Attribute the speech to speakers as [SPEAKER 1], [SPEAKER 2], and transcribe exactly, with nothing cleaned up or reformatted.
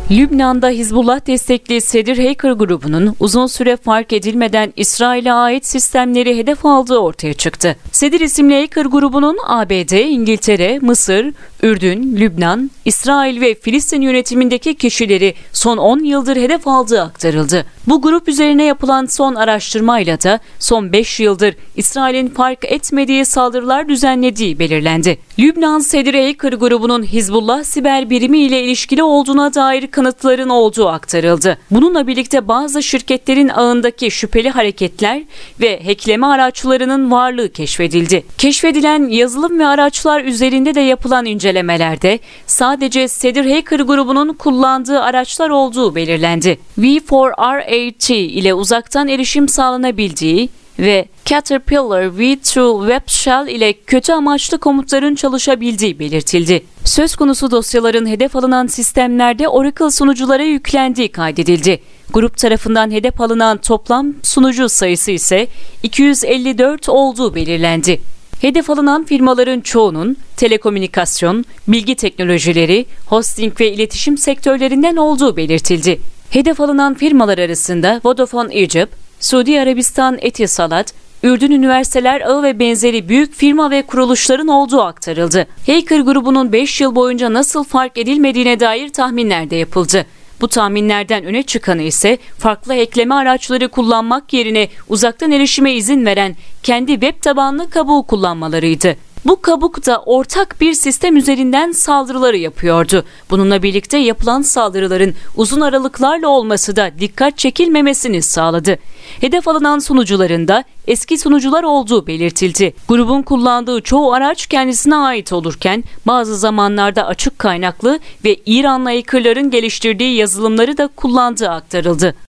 [SPEAKER 1] Lübnan'da Hizbullah destekli Sedir Hacker grubunun uzun süre fark edilmeden İsrail'e ait sistemleri hedef aldığı ortaya çıktı. Sedir isimli hacker grubunun A B D, İngiltere, Mısır, Ürdün, Lübnan, İsrail ve Filistin yönetimindeki kişileri son on yıldır hedef aldığı aktarıldı. Bu grup üzerine yapılan son araştırmayla da son beş yıldır İsrail'in fark etmediği saldırılar düzenlediği belirlendi. Lübnan Sedir Hacker grubunun Hizbullah siber birimi ile ilişkili olduğuna dair kanıtların olduğu aktarıldı. Bununla birlikte bazı şirketlerin ağındaki şüpheli hareketler ve hackleme araçlarının varlığı keşfedildi. Keşfedilen yazılım ve araçlar üzerinde de yapılan incelemelerde sadece Sedir Hacker grubunun kullandığı araçlar olduğu belirlendi. V dört R A T ile uzaktan erişim sağlanabildiği ve Caterpillar V iki Web Shell ile kötü amaçlı komutların çalışabildiği belirtildi. Söz konusu dosyaların hedef alınan sistemlerde Oracle sunuculara yüklendiği kaydedildi. Grup tarafından hedef alınan toplam sunucu sayısı ise iki yüz elli dört olduğu belirlendi. Hedef alınan firmaların çoğunun telekomünikasyon, bilgi teknolojileri, hosting ve iletişim sektörlerinden olduğu belirtildi. Hedef alınan firmalar arasında Vodafone Egypt, Suudi Arabistan Etisalat, Ürdün Üniversiteler Ağı ve benzeri büyük firma ve kuruluşların olduğu aktarıldı. Hacker grubunun beş yıl boyunca nasıl fark edilmediğine dair tahminler de yapıldı. Bu tahminlerden öne çıkanı ise farklı hackleme araçları kullanmak yerine uzaktan erişime izin veren kendi web tabanlı kabuğu kullanmalarıydı. Bu kabuk da ortak bir sistem üzerinden saldırıları yapıyordu. Bununla birlikte yapılan saldırıların uzun aralıklarla olması da dikkat çekilmemesini sağladı. Hedef alınan sunucuların da eski sunucular olduğu belirtildi. Grubun kullandığı çoğu araç kendisine ait olurken bazı zamanlarda açık kaynaklı ve İranlı hackerların geliştirdiği yazılımları da kullandığı aktarıldı.